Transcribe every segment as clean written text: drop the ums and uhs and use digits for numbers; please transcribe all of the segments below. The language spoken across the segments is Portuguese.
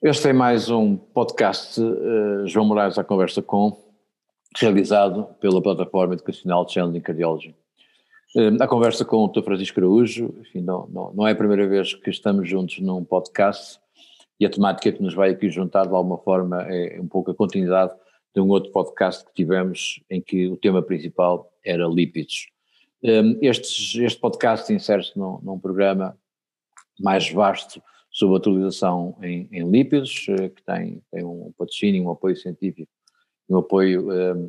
Este é mais um podcast João Moraes à Conversa Com, realizado pela plataforma educacional Challenging Cardiology. A conversa com o Dr. Francisco Araújo, enfim, não é a primeira vez que estamos juntos num podcast e a temática que nos vai aqui juntar de alguma forma é um pouco a continuidade de um outro podcast que tivemos em que o tema principal era lípidos. Este podcast insere-se num programa mais vasto sobre a atualização em lípidos, que tem um patrocínio, um apoio científico, um apoio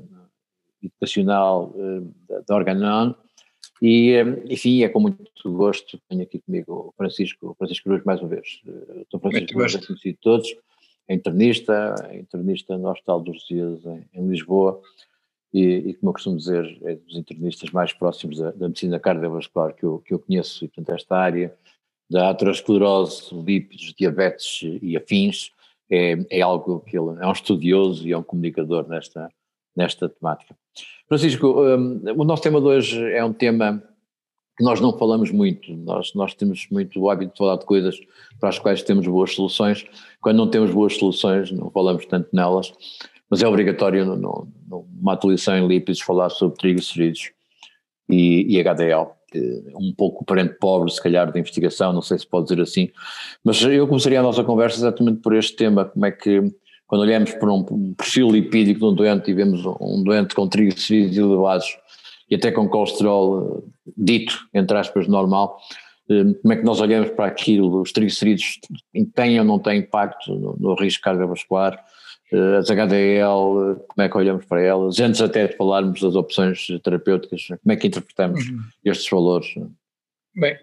educacional da Organon, e enfim, é com muito gosto que tenho aqui comigo o Francisco Araújo mais uma vez. O Dr. Francisco Araújo é conhecido de todos, é internista no Hospital dos Dias em Lisboa, e como eu costumo dizer, é dos internistas mais próximos da medicina cardiovascular que eu conheço, e portanto esta área da aterosclerose, lípidos, diabetes e afins, é algo que ele é um estudioso e é um comunicador nesta temática. Francisco, o nosso tema de hoje é um tema que nós não falamos muito, nós temos muito o hábito de falar de coisas para as quais temos boas soluções. Quando não temos boas soluções não falamos tanto nelas, mas é obrigatório numa atualização em lípidos falar sobre triglicerídeos e HDL. Um pouco parente pobre, se calhar, da investigação, não sei se pode dizer assim, mas eu começaria a nossa conversa exatamente por este tema. Como é que, quando olhamos para um perfil lipídico de um doente e vemos um doente com triglicerídeos elevados e até com colesterol dito, entre aspas, normal, como é que nós olhamos para aquilo? Os triglicerídeos têm ou não têm impacto no risco cardiovascular? As HDL, como é que olhamos para elas? Antes até de falarmos das opções terapêuticas, como é que interpretamos estes valores? Bem,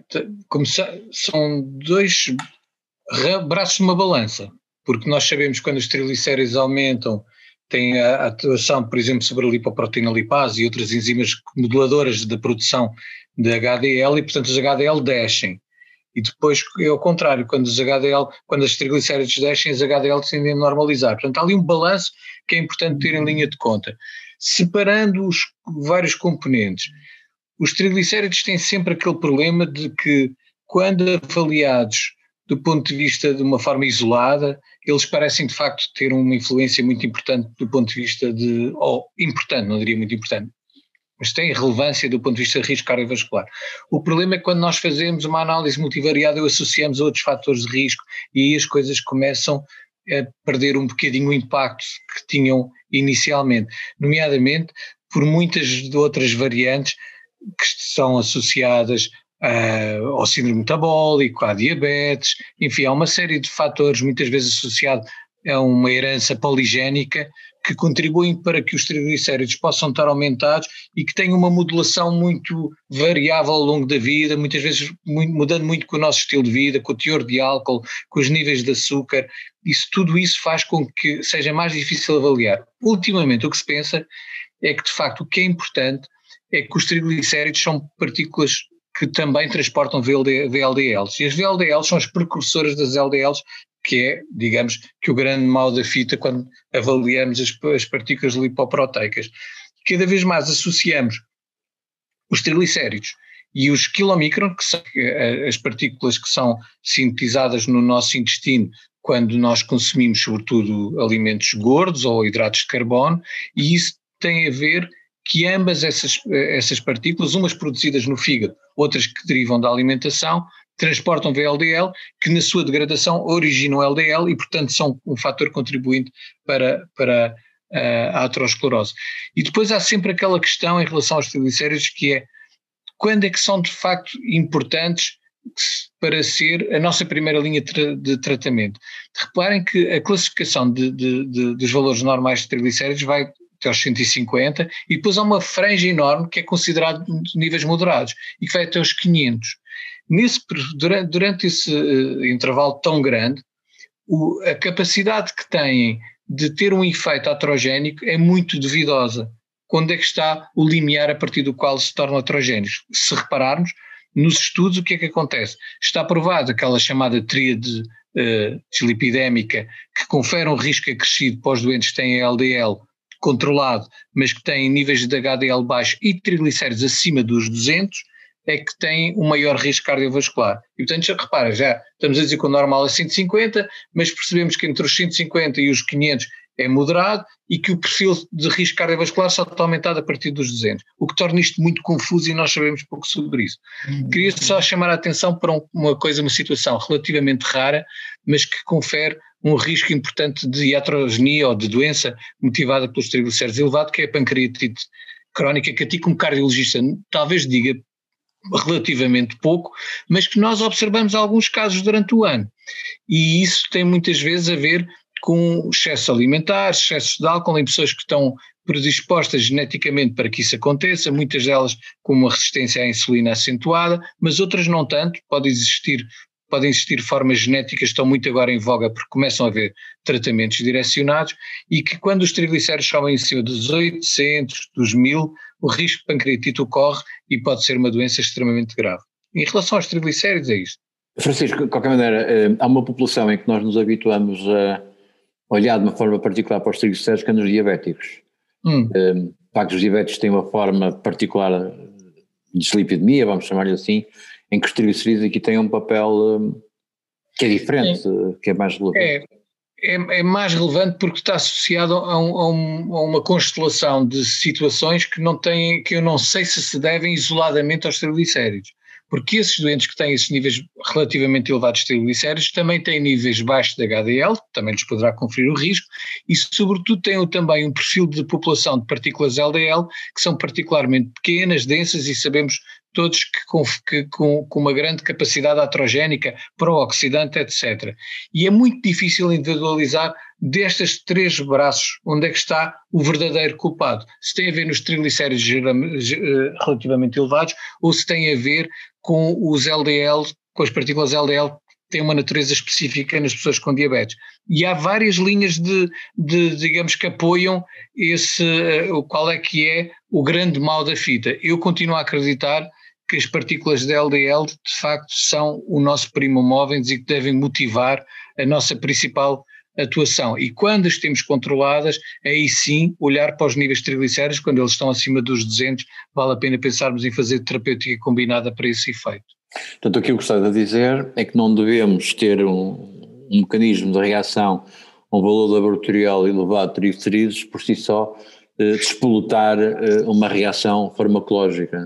são dois braços de uma balança, porque nós sabemos que quando os triglicéridos aumentam, tem a atuação, por exemplo, sobre a lipoproteína lipase e outras enzimas moduladoras da produção de HDL, e portanto os HDL descem. E depois é ao contrário, quando as triglicéridos descem, as HDL tendem a normalizar. Portanto, há ali um balanço que é importante ter em linha de conta. Separando os vários componentes, os triglicéridos têm sempre aquele problema de que, quando avaliados do ponto de vista de uma forma isolada, eles parecem de facto ter uma influência muito importante do ponto de vista importante, não diria muito importante, mas tem relevância do ponto de vista de risco cardiovascular. O problema é que quando nós fazemos uma análise multivariada e associamos a outros fatores de risco, e aí as coisas começam a perder um bocadinho o impacto que tinham inicialmente, nomeadamente por muitas de outras variantes que são associadas ao síndrome metabólico, à diabetes, enfim, há uma série de fatores muitas vezes associados a uma herança poligénica que contribuem para que os triglicéridos possam estar aumentados e que tenham uma modulação muito variável ao longo da vida, muitas vezes mudando muito com o nosso estilo de vida, com o teor de álcool, com os níveis de açúcar. Tudo isso faz com que seja mais difícil avaliar. Ultimamente o que se pensa é que de facto o que é importante é que os triglicéridos são partículas que também transportam VLDLs, e as VLDLs são as precursoras das LDLs, que é, digamos, que o grande mal da fita quando avaliamos as partículas lipoproteicas. Cada vez mais associamos os triglicéridos e os quilomicron, que são as partículas que são sintetizadas no nosso intestino quando nós consumimos sobretudo alimentos gordos ou hidratos de carbono, e isso tem a ver que ambas essas partículas, umas produzidas no fígado, outras que derivam da alimentação, transportam VLDL, que na sua degradação originam LDL e, portanto, são um fator contribuinte para a aterosclerose. E depois há sempre aquela questão em relação aos triglicéridos, que é quando é que são de facto importantes para ser a nossa primeira linha de tratamento. Reparem que a classificação dos valores normais de triglicéridos vai até aos 150, e depois há uma franja enorme que é considerado de níveis moderados e que vai até aos 500. Durante esse intervalo tão grande, a capacidade que têm de ter um efeito aterogénico é muito duvidosa. Quando é que está o limiar a partir do qual se tornam aterogéneos? Se repararmos, nos estudos o que é que acontece? Está provado aquela chamada tríade dislipidémica que confere um risco acrescido para os doentes que têm LDL controlado, mas que têm níveis de HDL baixo e triglicéridos acima dos 200, é que têm um maior risco cardiovascular. E portanto, já repara, já estamos a dizer que o normal é 150, mas percebemos que entre os 150 e os 500 é moderado e que o perfil de risco cardiovascular só está aumentado a partir dos 200, o que torna isto muito confuso e nós sabemos pouco sobre isso. Queria só chamar a atenção para uma situação relativamente rara, mas que confere um risco importante de iatrogenia ou de doença motivada pelos triglicéridos elevados, que é a pancreatite crónica, que a ti como cardiologista talvez diga relativamente pouco, mas que nós observamos alguns casos durante o ano. E isso tem muitas vezes a ver com excesso alimentar, excesso de álcool em pessoas que estão predispostas geneticamente para que isso aconteça, muitas delas com uma resistência à insulina acentuada, mas outras não tanto, podem existir formas genéticas que estão muito agora em voga porque começam a haver tratamentos direcionados e que quando os triglicéridos sobem em cima dos 800, dos 1000, o risco de pancreatite ocorre e pode ser uma doença extremamente grave. Em relação aos triglicéridos é isto. Francisco, de qualquer maneira, há uma população em que nós nos habituamos a olhar de uma forma particular para os triglicéridos que é nos diabéticos. De facto, os diabéticos têm uma forma particular de dislipidemia, vamos chamar-lhe assim, em que os triglicerídeos aqui têm um papel que é diferente, que é mais relevante. É mais relevante porque está associado a uma constelação de situações que eu não sei se devem isoladamente aos triglicéridos. Porque esses doentes que têm esses níveis relativamente elevados de triglicéridos também têm níveis baixos de HDL, também lhes poderá conferir o risco, e sobretudo têm também um perfil de população de partículas LDL que são particularmente pequenas, densas e sabemos todos que com uma grande capacidade aterogénica, pró-oxidante, etc. E é muito difícil individualizar destes três braços onde é que está o verdadeiro culpado. Se tem a ver nos triglicéridos relativamente elevados ou se tem a ver com os LDL, com as partículas LDL que têm uma natureza específica nas pessoas com diabetes. E há várias linhas digamos, que apoiam qual é que é o grande mal da fita. Eu continuo a acreditar que as partículas de LDL de facto são o nosso primo móveis e que devem motivar a nossa principal atuação. E quando as temos controladas, aí sim olhar para os níveis de triglicéridos, quando eles estão acima dos 200, vale a pena pensarmos em fazer terapêutica combinada para esse efeito. Portanto, o que eu gostava de dizer é que não devemos ter um mecanismo de reação a um valor laboratorial elevado de triglicerídeos por si só, despolutar uma reação farmacológica.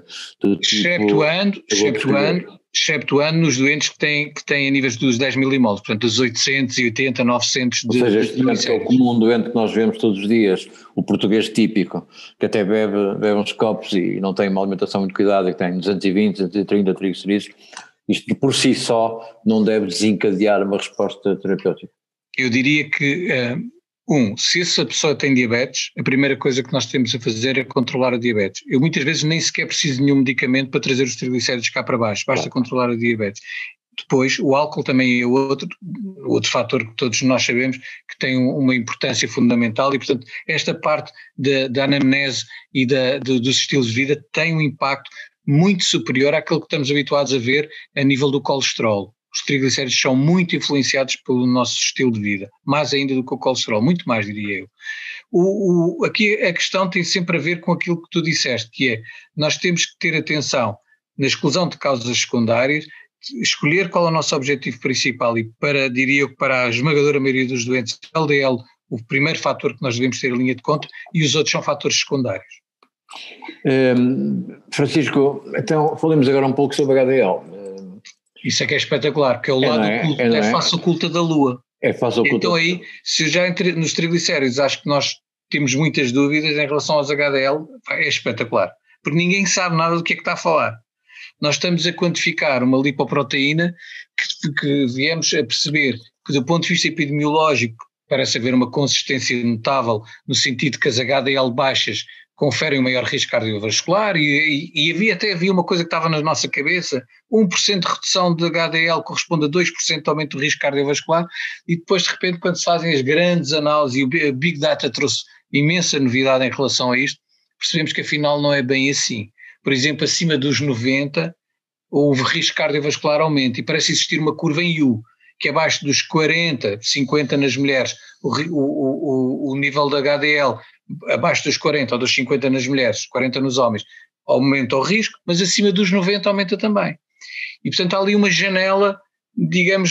Exceptuando nos doentes que têm a níveis dos 10 milimoles, portanto dos 880, 900 de... Ou seja, este é o comum doente que nós vemos todos os dias, o português típico, que até bebe uns copos e não tem uma alimentação muito cuidada, que tem 220, 230 triglicerídeos, isto por si só não deve desencadear uma resposta terapêutica. Eu diria que... se essa pessoa tem diabetes, a primeira coisa que nós temos a fazer é controlar a diabetes. Eu muitas vezes nem sequer preciso de nenhum medicamento para trazer os triglicéridos cá para baixo, basta controlar a diabetes. Depois, o álcool também é outro fator que todos nós sabemos que tem uma importância fundamental e, portanto, esta parte da anamnese e dos estilos de vida tem um impacto muito superior àquilo que estamos habituados a ver a nível do colesterol. Os triglicéridos são muito influenciados pelo nosso estilo de vida, mais ainda do que o colesterol, muito mais diria eu. Aqui a questão tem sempre a ver com aquilo que tu disseste, que é, nós temos que ter atenção na exclusão de causas secundárias, escolher qual é o nosso objetivo principal e diria eu que para a esmagadora maioria dos doentes, LDL, o primeiro fator que nós devemos ter em linha de conta e os outros são fatores secundários. Francisco, então falemos agora um pouco sobre HDL. Isso é que é espetacular, que é o lado oculto, é face oculta da Lua. É face oculta. Então aí, se eu já nos triglicéridos acho que nós temos muitas dúvidas em relação aos HDL, é espetacular, porque ninguém sabe nada do que é que está a falar. Nós estamos a quantificar uma lipoproteína que viemos a perceber que do ponto de vista epidemiológico parece haver uma consistência notável no sentido que as HDL baixas conferem um maior risco cardiovascular e havia uma coisa que estava na nossa cabeça, 1% de redução de HDL corresponde a 2% de aumento do risco cardiovascular e depois de repente quando se fazem as grandes análises e o Big Data trouxe imensa novidade em relação a isto, percebemos que afinal não é bem assim. Por exemplo, acima dos 90 o risco cardiovascular aumenta e parece existir uma curva em U, que abaixo dos 40, 50 nas mulheres, o nível de HDL abaixo dos 40 ou dos 50 nas mulheres, 40 nos homens, aumenta o risco, mas acima dos 90 aumenta também. E portanto há ali uma janela, digamos,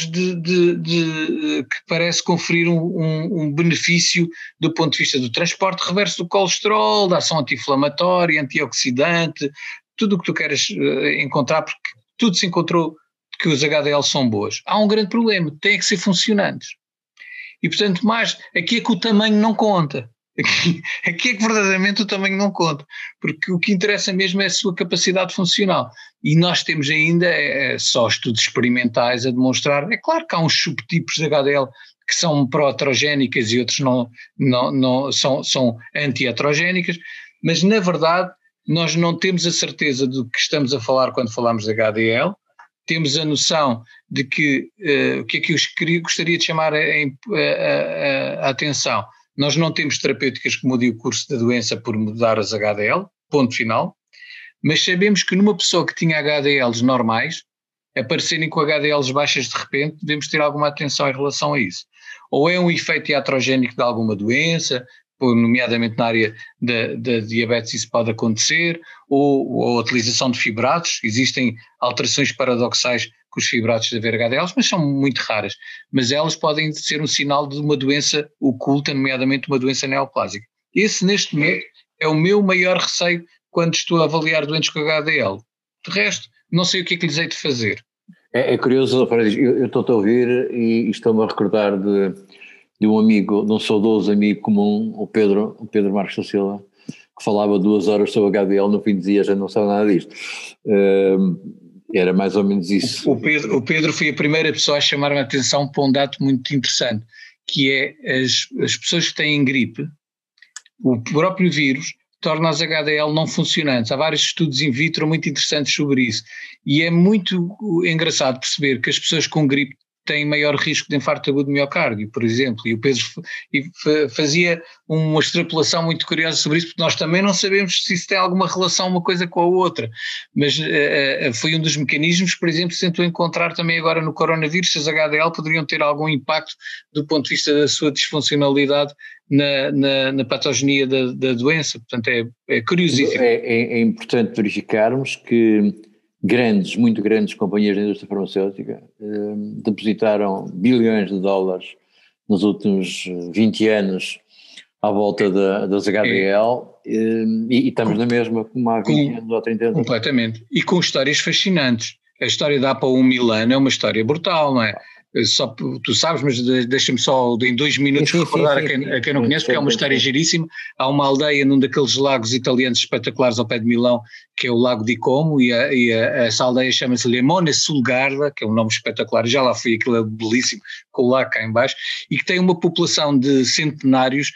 que parece conferir um benefício do ponto de vista do transporte reverso do colesterol, da ação anti-inflamatória, antioxidante, tudo o que tu queres encontrar, porque tudo se encontrou que os HDL são boas. Há um grande problema, têm que ser funcionantes. E portanto, aqui é que o tamanho não conta. Aqui é que verdadeiramente o tamanho não conta, porque o que interessa mesmo é a sua capacidade funcional, e nós temos ainda só estudos experimentais a demonstrar. É claro que há uns subtipos de HDL que são pró-heterogénicas e outros não são anti-heterogénicas, mas na verdade nós não temos a certeza do que estamos a falar quando falamos de HDL. Temos a noção de que, o que é que eu gostaria de chamar a atenção. Nós não temos terapêuticas que mudem o curso da doença por mudar as HDL, ponto final, mas sabemos que numa pessoa que tinha HDLs normais, aparecerem com HDLs baixas de repente, devemos ter alguma atenção em relação a isso. Ou é um efeito iatrogénico de alguma doença, nomeadamente na área da diabetes isso pode acontecer, ou a utilização de fibratos. Existem alterações paradoxais com os fibratos de haver HDLs, mas são muito raras, mas elas podem ser um sinal de uma doença oculta, nomeadamente uma doença neoplásica. Esse, neste momento, é o meu maior receio quando estou a avaliar doentes com HDL. De resto, não sei o que é que lhes hei de fazer. É curioso, eu estou-te a ouvir e estou-me a recordar de um amigo, de um saudoso amigo comum, o Pedro Marques da Silva, que falava 2 horas sobre HDL, no fim dizia, já não sabe nada disto. Era mais ou menos isso. O Pedro foi a primeira pessoa a chamar-me a atenção para um dado muito interessante, que é as pessoas que têm gripe, o próprio vírus torna as HDL não funcionantes. Há vários estudos in vitro muito interessantes sobre isso, e é muito engraçado perceber que as pessoas com gripe têm maior risco de infarto agudo de miocárdio, por exemplo, e o Pedro fazia uma extrapolação muito curiosa sobre isso, porque nós também não sabemos se isso tem alguma relação uma coisa com a outra, mas foi um dos mecanismos, por exemplo, se tentou encontrar também agora no coronavírus, se as HDL poderiam ter algum impacto do ponto de vista da sua disfuncionalidade na patogenia da doença. Portanto é curiosíssimo. É importante verificarmos que muito grandes companhias da indústria farmacêutica depositaram bilhões de dólares nos últimos 20 anos à volta das HDL e estamos na mesma como há 20 anos ou 30 anos. Completamente. E com histórias fascinantes. A história da APA 1 Milano é uma história brutal, não é? Só, tu sabes, mas deixa-me só em 2 minutos recordar a quem não conhece, porque é uma história giríssima. Há uma aldeia num daqueles lagos italianos espetaculares ao pé de Milão, que é o Lago di Como, e essa aldeia chama-se Lemone sul Garda, que é um nome espetacular, já lá fui, aquilo é belíssimo, com o lago cá em baixo, e que tem uma população de centenários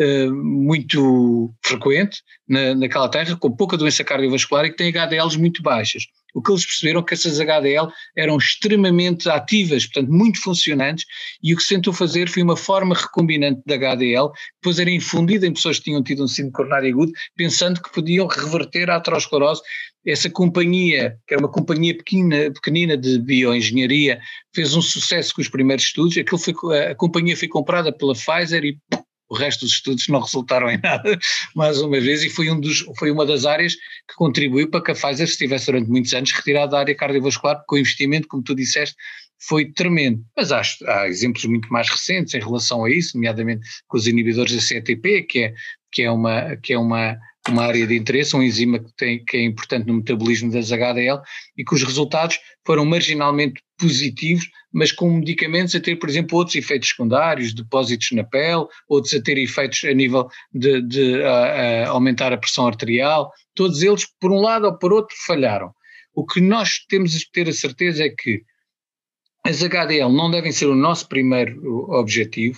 muito frequente naquela terra, com pouca doença cardiovascular e que tem HDLs muito baixas. O que eles perceberam é que essas HDL eram extremamente ativas, portanto muito funcionantes, e o que se tentou fazer foi uma forma recombinante da HDL, que depois era infundida em pessoas que tinham tido um síndrome coronário agudo, pensando que podiam reverter a aterosclerose. Essa companhia, que era uma companhia pequenina de bioengenharia, fez um sucesso com os primeiros estudos. A companhia foi comprada pela Pfizer e o resto dos estudos não resultaram em nada, mais uma vez, e foi uma das áreas que contribuiu para que a Pfizer estivesse durante muitos anos retirada da área cardiovascular, porque o investimento, como tu disseste, foi tremendo. Mas há exemplos muito mais recentes em relação a isso, nomeadamente com os inibidores da CETP, que é uma área de interesse, um enzima que é importante no metabolismo das HDL, e que os resultados foram marginalmente positivos, mas com medicamentos a ter, por exemplo, outros efeitos secundários, depósitos na pele, outros a ter efeitos a nível de aumentar a pressão arterial. Todos eles, por um lado ou por outro, falharam. O que nós temos de ter a certeza é que as HDL não devem ser o nosso primeiro objetivo.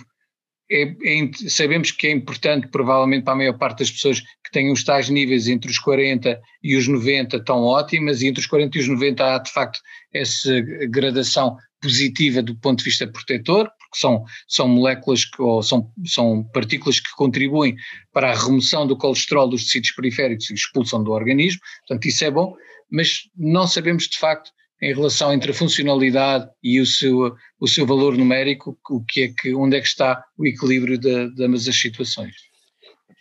Sabemos que é importante, provavelmente para a maior parte das pessoas que tenham os tais níveis entre os 40 e os 90 estão ótimas, e entre os 40 e os 90 há de facto essa gradação positiva do ponto de vista protetor, porque são moléculas ou são partículas que contribuem para a remoção do colesterol dos tecidos periféricos e expulsão do organismo, portanto isso é bom, mas não sabemos de facto em relação entre a funcionalidade e o seu valor numérico, onde é que está o equilíbrio de ambas as situações.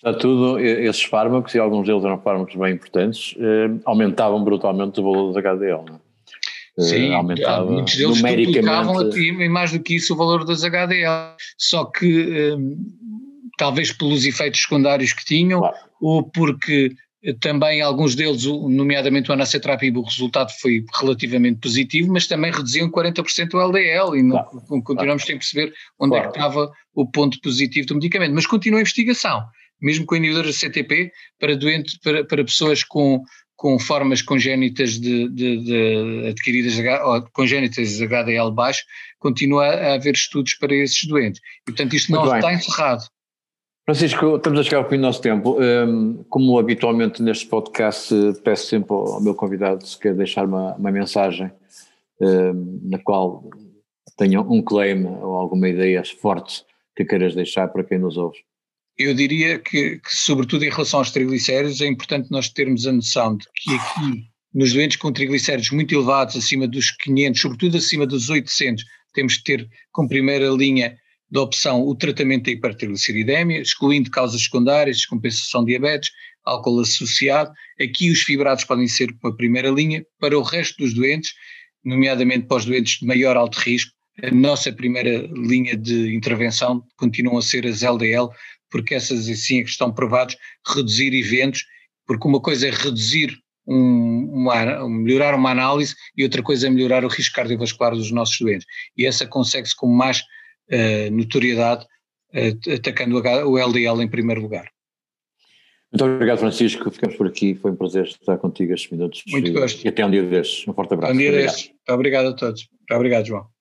Está tudo, esses fármacos, e alguns deles eram fármacos bem importantes, aumentavam brutalmente o valor dos HDL, não é? Sim, aumentava muitos deles duplicavam e mais do que isso o valor das HDL, só que talvez pelos efeitos secundários que tinham, claro, ou porque também alguns deles, nomeadamente o anacetrapib, o resultado foi relativamente positivo, mas também reduziam 40% o LDL e não, claro, continuamos sem perceber onde é que estava o ponto positivo do medicamento, mas continua a investigação, mesmo com inibidores de CTP, para pessoas com formas congénitas de adquiridas ou congénitas de HDL baixo, continua a haver estudos para esses doentes. E, portanto, isto não está encerrado. Francisco, estamos a chegar ao fim do nosso tempo. Como habitualmente neste podcast, peço sempre ao meu convidado se quer deixar uma mensagem na qual tenha um claim ou alguma ideia forte que queiras deixar para quem nos ouve. Eu diria que, sobretudo em relação aos triglicéridos, é importante nós termos a noção de que aqui, nos doentes com triglicéridos muito elevados, acima dos 500, sobretudo acima dos 800, temos de ter como primeira linha de opção o tratamento da hipertrigliceridemia, excluindo causas secundárias, descompensação de diabetes, álcool associado. Aqui os fibrados podem ser uma primeira linha. Para o resto dos doentes, nomeadamente para os doentes de maior alto risco, a nossa primeira linha de intervenção continuam a ser as LDL, porque essas assim é que estão provados reduzir eventos, porque uma coisa é reduzir melhorar uma análise e outra coisa é melhorar o risco cardiovascular dos nossos doentes. E essa consegue-se com mais notoriedade, atacando o LDL em primeiro lugar. Muito obrigado, Francisco, ficamos por aqui, foi um prazer estar contigo estes minutos. Muito gosto. E até um dia destes, um forte abraço. Um dia destes, obrigado a todos. Obrigado, João.